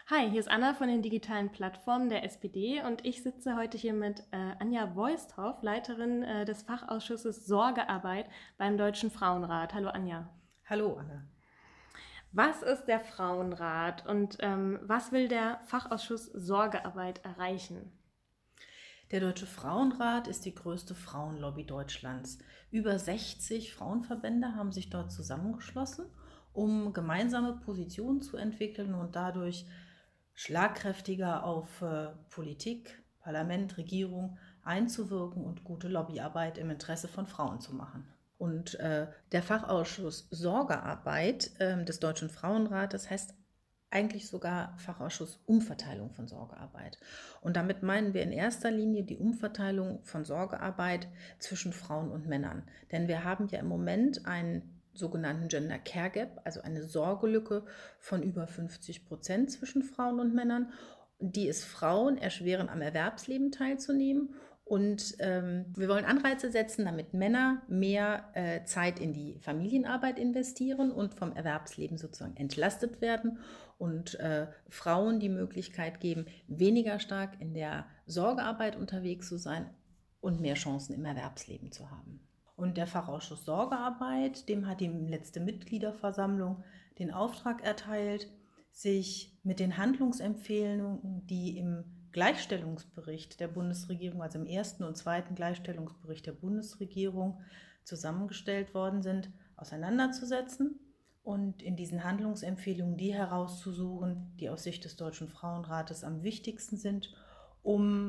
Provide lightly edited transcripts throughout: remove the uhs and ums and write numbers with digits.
Hi, hier ist Anna von den digitalen Plattformen der SPD und ich sitze heute hier mit Anja Voisthoff, Leiterin des Fachausschusses Sorgearbeit beim Deutschen Frauenrat. Hallo Anja. Hallo Anna. Was ist der Frauenrat und was will der Fachausschuss Sorgearbeit erreichen? Der Deutsche Frauenrat ist die größte Frauenlobby Deutschlands. Über 60 Frauenverbände haben sich dort zusammengeschlossen, um gemeinsame Positionen zu entwickeln und dadurch schlagkräftiger auf Politik, Parlament, Regierung einzuwirken und gute Lobbyarbeit im Interesse von Frauen zu machen. Und der Fachausschuss Sorgearbeit des Deutschen Frauenrates heißt eigentlich sogar Fachausschuss Umverteilung von Sorgearbeit. Und damit meinen wir in erster Linie die Umverteilung von Sorgearbeit zwischen Frauen und Männern. Denn wir haben ja im Moment einen sogenannten Gender Care Gap, also eine Sorgelücke von über 50% zwischen Frauen und Männern, die es Frauen erschweren, am Erwerbsleben teilzunehmen. Und wir wollen Anreize setzen, damit Männer mehr Zeit in die Familienarbeit investieren und vom Erwerbsleben sozusagen entlastet werden und Frauen die Möglichkeit geben, weniger stark in der Sorgearbeit unterwegs zu sein und mehr Chancen im Erwerbsleben zu haben. Und der Fachausschuss Sorgearbeit, dem hat die letzte Mitgliederversammlung den Auftrag erteilt, sich mit den Handlungsempfehlungen, die im Gleichstellungsbericht der Bundesregierung, also im ersten und zweiten Gleichstellungsbericht der Bundesregierung zusammengestellt worden sind, auseinanderzusetzen und in diesen Handlungsempfehlungen die herauszusuchen, die aus Sicht des Deutschen Frauenrates am wichtigsten sind, um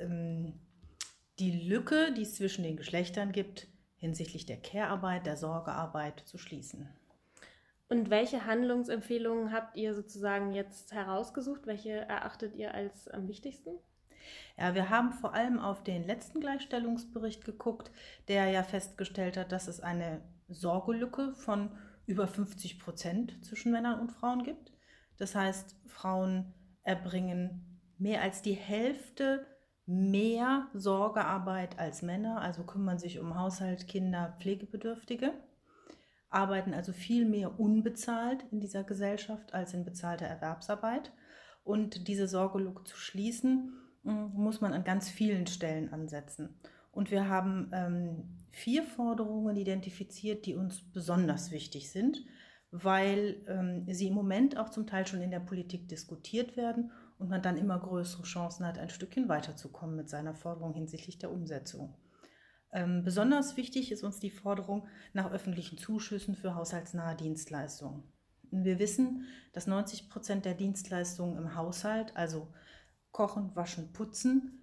die Lücke, die es zwischen den Geschlechtern gibt, hinsichtlich der Care-Arbeit, der Sorgearbeit zu schließen. Und welche Handlungsempfehlungen habt ihr sozusagen jetzt herausgesucht? Welche erachtet ihr als am wichtigsten? Ja, wir haben vor allem auf den letzten Gleichstellungsbericht geguckt, der ja festgestellt hat, dass es eine Sorgelücke von über 50% zwischen Männern und Frauen gibt. Das heißt, Frauen erbringen mehr als die Hälfte mehr Sorgearbeit als Männer, also kümmern sich um Haushalt, Kinder, Pflegebedürftige, arbeiten also viel mehr unbezahlt in dieser Gesellschaft als in bezahlter Erwerbsarbeit. Und diese Sorgelücke zu schließen, muss man an ganz vielen Stellen ansetzen. Und wir haben 4 Forderungen identifiziert, die uns besonders wichtig sind, weil sie im Moment auch zum Teil schon in der Politik diskutiert werden und man dann immer größere Chancen hat, ein Stückchen weiterzukommen mit seiner Forderung hinsichtlich der Umsetzung. Besonders wichtig ist uns die Forderung nach öffentlichen Zuschüssen für haushaltsnahe Dienstleistungen. Wir wissen, dass 90% der Dienstleistungen im Haushalt, also Kochen, Waschen, Putzen,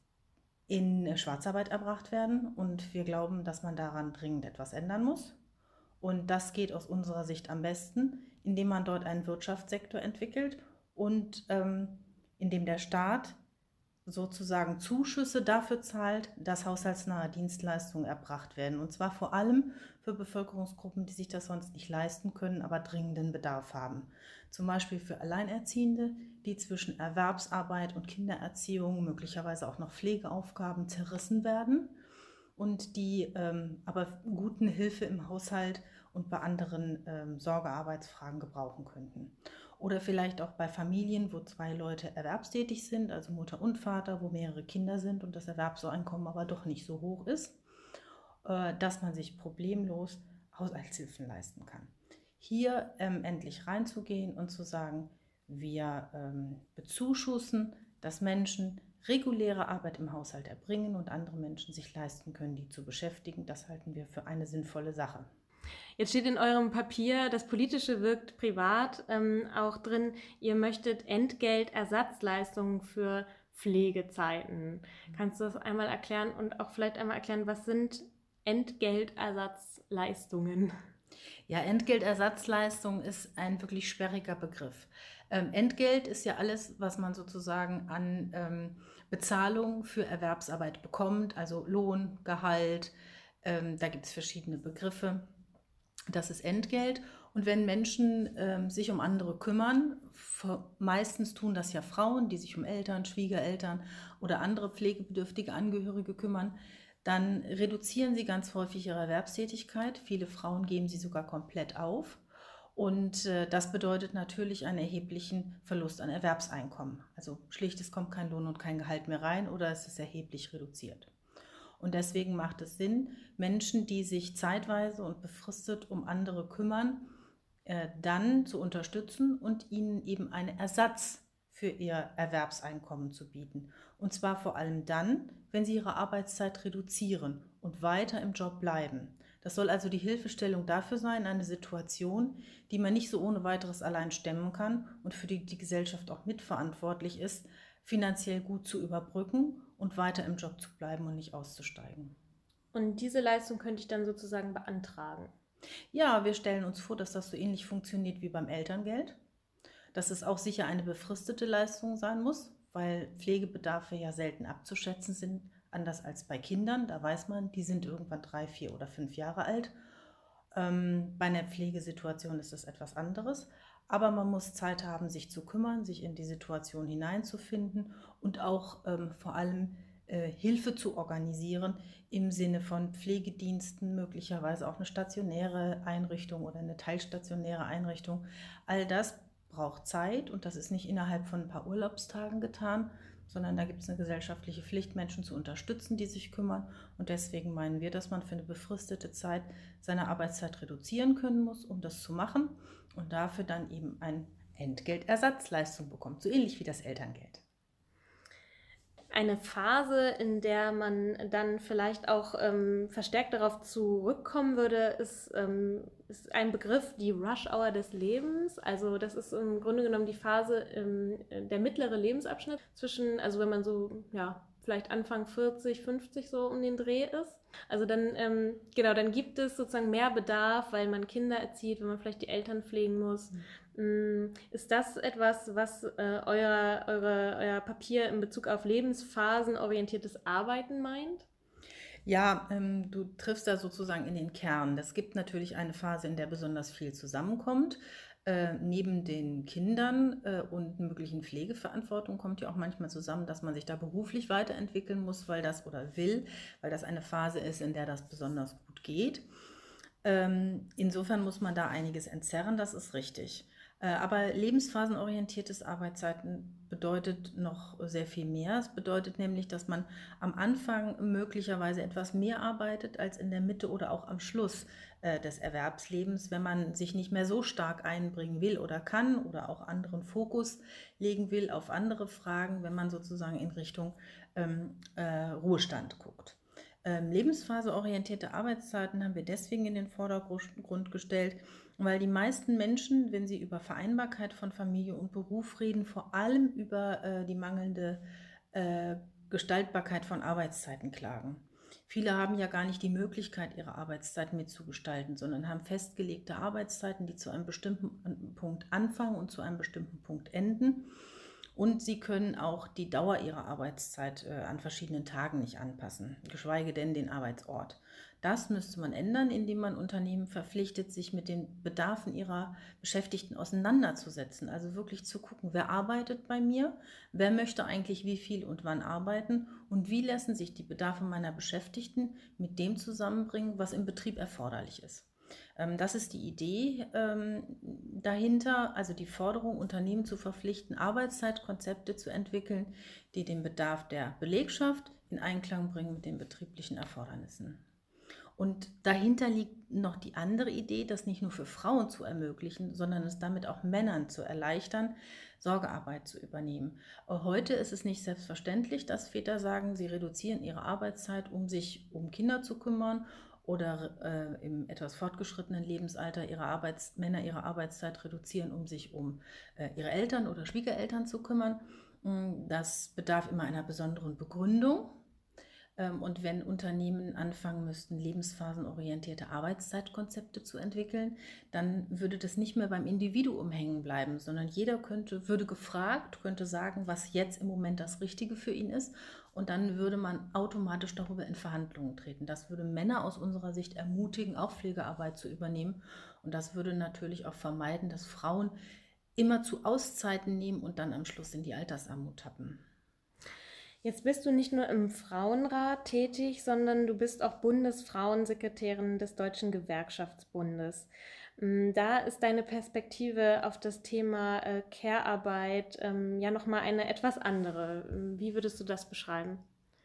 in Schwarzarbeit erbracht werden und wir glauben, dass man daran dringend etwas ändern muss. Und das geht aus unserer Sicht am besten, indem man dort einen Wirtschaftssektor entwickelt und indem der Staat sozusagen Zuschüsse dafür zahlt, dass haushaltsnahe Dienstleistungen erbracht werden. Und zwar vor allem für Bevölkerungsgruppen, die sich das sonst nicht leisten können, aber dringenden Bedarf haben. Zum Beispiel für Alleinerziehende, die zwischen Erwerbsarbeit und Kindererziehung, möglicherweise auch noch Pflegeaufgaben zerrissen werden und die aber guten Hilfe im Haushalt und bei anderen Sorgearbeitsfragen gebrauchen könnten. Oder vielleicht auch bei Familien, wo 2 Leute erwerbstätig sind, also Mutter und Vater, wo mehrere Kinder sind und das Erwerbseinkommen aber doch nicht so hoch ist, dass man sich problemlos Haushaltshilfen leisten kann. Hier endlich reinzugehen und zu sagen, wir bezuschussen, dass Menschen reguläre Arbeit im Haushalt erbringen und andere Menschen sich leisten können, die zu beschäftigen. Das halten wir für eine sinnvolle Sache. Jetzt steht in eurem Papier, das Politische wirkt privat, auch drin, ihr möchtet Entgeltersatzleistungen für Pflegezeiten. Kannst du das einmal erklären und auch vielleicht einmal erklären, was sind Entgeltersatzleistungen? Ja, Entgeltersatzleistung ist ein wirklich sperriger Begriff. Entgelt ist ja alles, was man sozusagen an Bezahlung für Erwerbsarbeit bekommt, also Lohn, Gehalt, da gibt es verschiedene Begriffe. Das ist Entgelt. Und wenn Menschen sich um andere kümmern, meistens tun das ja Frauen, die sich um Eltern, Schwiegereltern oder andere pflegebedürftige Angehörige kümmern, dann reduzieren sie ganz häufig ihre Erwerbstätigkeit. Viele Frauen geben sie sogar komplett auf. Und das bedeutet natürlich einen erheblichen Verlust an Erwerbseinkommen. Also schlicht, es kommt kein Lohn und kein Gehalt mehr rein oder es ist erheblich reduziert. Und deswegen macht es Sinn, Menschen, die sich zeitweise und befristet um andere kümmern, dann zu unterstützen und ihnen eben einen Ersatz für ihr Erwerbseinkommen zu bieten. Und zwar vor allem dann, wenn sie ihre Arbeitszeit reduzieren und weiter im Job bleiben. Das soll also die Hilfestellung dafür sein, eine Situation, die man nicht so ohne weiteres allein stemmen kann und für die die Gesellschaft auch mitverantwortlich ist, finanziell gut zu überbrücken und weiter im Job zu bleiben und nicht auszusteigen. Und diese Leistung könnte ich dann sozusagen beantragen? Ja, wir stellen uns vor, dass das so ähnlich funktioniert wie beim Elterngeld, dass es auch sicher eine befristete Leistung sein muss, weil Pflegebedarfe ja selten abzuschätzen sind, anders als bei Kindern. Da weiß man, die sind irgendwann 3, 4 oder 5 Jahre alt. Bei einer Pflegesituation ist das etwas anderes. Aber man muss Zeit haben, sich zu kümmern, sich in die Situation hineinzufinden und auch vor allem Hilfe zu organisieren im Sinne von Pflegediensten, möglicherweise auch eine stationäre Einrichtung oder eine teilstationäre Einrichtung. All das braucht Zeit und das ist nicht innerhalb von ein paar Urlaubstagen getan, sondern da gibt es eine gesellschaftliche Pflicht, Menschen zu unterstützen, die sich kümmern. Und deswegen meinen wir, dass man für eine befristete Zeit seine Arbeitszeit reduzieren können muss, um das zu machen und dafür dann eben ein Entgeltersatzleistung bekommt, so ähnlich wie das Elterngeld. Eine Phase, in der man dann vielleicht auch verstärkt darauf zurückkommen würde, ist ein Begriff, die Rush-Hour des Lebens. Also das ist im Grunde genommen die Phase, der mittlere Lebensabschnitt zwischen, also wenn man so, ja, vielleicht Anfang 40, 50 so um den Dreh ist. Also dann, genau, dann gibt es sozusagen mehr Bedarf, weil man Kinder erzieht, wenn man vielleicht die Eltern pflegen muss. Ist das etwas, was euer Papier in Bezug auf lebensphasenorientiertes Arbeiten meint? Ja, du triffst da sozusagen in den Kern. Es gibt natürlich eine Phase, in der besonders viel zusammenkommt. Neben den Kindern und möglichen Pflegeverantwortung kommt ja auch manchmal zusammen, dass man sich da beruflich weiterentwickeln muss, weil das oder will, weil das eine Phase ist, in der das besonders gut geht. Insofern muss man da einiges entzerren, das ist richtig. Aber lebensphasenorientiertes Arbeitszeiten bedeutet noch sehr viel mehr. Es bedeutet nämlich, dass man am Anfang möglicherweise etwas mehr arbeitet als in der Mitte oder auch am Schluss des Erwerbslebens, wenn man sich nicht mehr so stark einbringen will oder kann oder auch anderen Fokus legen will auf andere Fragen, wenn man sozusagen in Richtung Ruhestand guckt. Lebensphaseorientierte Arbeitszeiten haben wir deswegen in den Vordergrund gestellt, weil die meisten Menschen, wenn sie über Vereinbarkeit von Familie und Beruf reden, vor allem über die mangelnde Gestaltbarkeit von Arbeitszeiten klagen. Viele haben ja gar nicht die Möglichkeit, ihre Arbeitszeit mitzugestalten, sondern haben festgelegte Arbeitszeiten, die zu einem bestimmten Punkt anfangen und zu einem bestimmten Punkt enden. Und sie können auch die Dauer ihrer Arbeitszeit an verschiedenen Tagen nicht anpassen, geschweige denn den Arbeitsort. Das müsste man ändern, indem man Unternehmen verpflichtet, sich mit den Bedarfen ihrer Beschäftigten auseinanderzusetzen. Also wirklich zu gucken, wer arbeitet bei mir, wer möchte eigentlich wie viel und wann arbeiten und wie lassen sich die Bedarfe meiner Beschäftigten mit dem zusammenbringen, was im Betrieb erforderlich ist. Das ist die Idee dahinter, also die Forderung, Unternehmen zu verpflichten, Arbeitszeitkonzepte zu entwickeln, die den Bedarf der Belegschaft in Einklang bringen mit den betrieblichen Erfordernissen. Und dahinter liegt noch die andere Idee, das nicht nur für Frauen zu ermöglichen, sondern es damit auch Männern zu erleichtern, Sorgearbeit zu übernehmen. Heute ist es nicht selbstverständlich, dass Väter sagen, sie reduzieren ihre Arbeitszeit, um sich um Kinder zu kümmern oder im etwas fortgeschrittenen Lebensalter Männer ihre Arbeitszeit reduzieren, um sich um ihre Eltern oder Schwiegereltern zu kümmern. Das bedarf immer einer besonderen Begründung. Und wenn Unternehmen anfangen müssten, lebensphasenorientierte Arbeitszeitkonzepte zu entwickeln, dann würde das nicht mehr beim Individuum hängen bleiben, sondern jeder würde gefragt, könnte sagen, was jetzt im Moment das Richtige für ihn ist. Und dann würde man automatisch darüber in Verhandlungen treten. Das würde Männer aus unserer Sicht ermutigen, auch Pflegearbeit zu übernehmen. Und das würde natürlich auch vermeiden, dass Frauen immer zu Auszeiten nehmen und dann am Schluss in die Altersarmut tappen. Jetzt bist du nicht nur im Frauenrat tätig, sondern du bist auch Bundesfrauensekretärin des Deutschen Gewerkschaftsbundes. Da ist deine Perspektive auf das Thema Care-Arbeit ja nochmal eine etwas andere. Wie würdest du das beschreiben?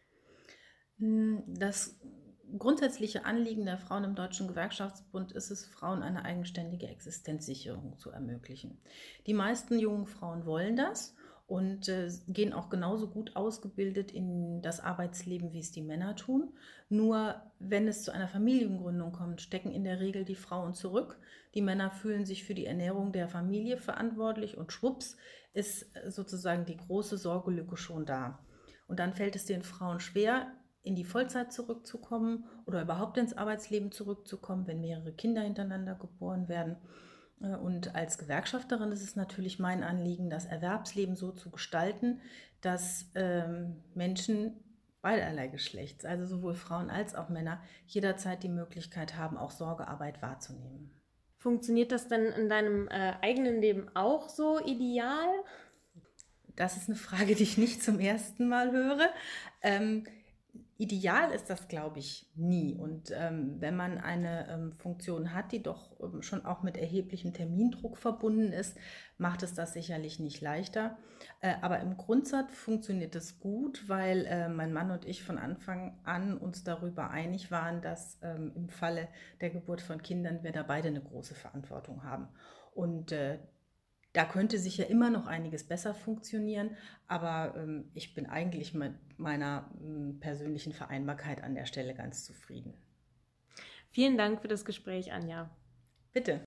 Das grundsätzliche Anliegen der Frauen im Deutschen Gewerkschaftsbund ist es, Frauen eine eigenständige Existenzsicherung zu ermöglichen. Die meisten jungen Frauen wollen das und gehen auch genauso gut ausgebildet in das Arbeitsleben, wie es die Männer tun. Nur wenn es zu einer Familiengründung kommt, stecken in der Regel die Frauen zurück. Die Männer fühlen sich für die Ernährung der Familie verantwortlich und schwupps ist sozusagen die große Sorgelücke schon da. Und dann fällt es den Frauen schwer, in die Vollzeit zurückzukommen oder überhaupt ins Arbeitsleben zurückzukommen, wenn mehrere Kinder hintereinander geboren werden. Und als Gewerkschafterin ist es natürlich mein Anliegen, das Erwerbsleben so zu gestalten, dass Menschen beiderlei Geschlechts, also sowohl Frauen als auch Männer, jederzeit die Möglichkeit haben, auch Sorgearbeit wahrzunehmen. Funktioniert das denn in deinem eigenen Leben auch so ideal? Das ist eine Frage, die ich nicht zum ersten Mal höre. Ideal ist das, glaube ich, nie. Und wenn man eine Funktion hat, die doch schon auch mit erheblichem Termindruck verbunden ist, macht es das sicherlich nicht leichter. Aber im Grundsatz funktioniert es gut, weil mein Mann und ich von Anfang an uns darüber einig waren, dass im Falle der Geburt von Kindern wir da beide eine große Verantwortung haben. Und da könnte sicher immer noch einiges besser funktionieren, aber ich bin eigentlich mit meiner persönlichen Vereinbarkeit an der Stelle ganz zufrieden. Vielen Dank für das Gespräch, Anja. Bitte.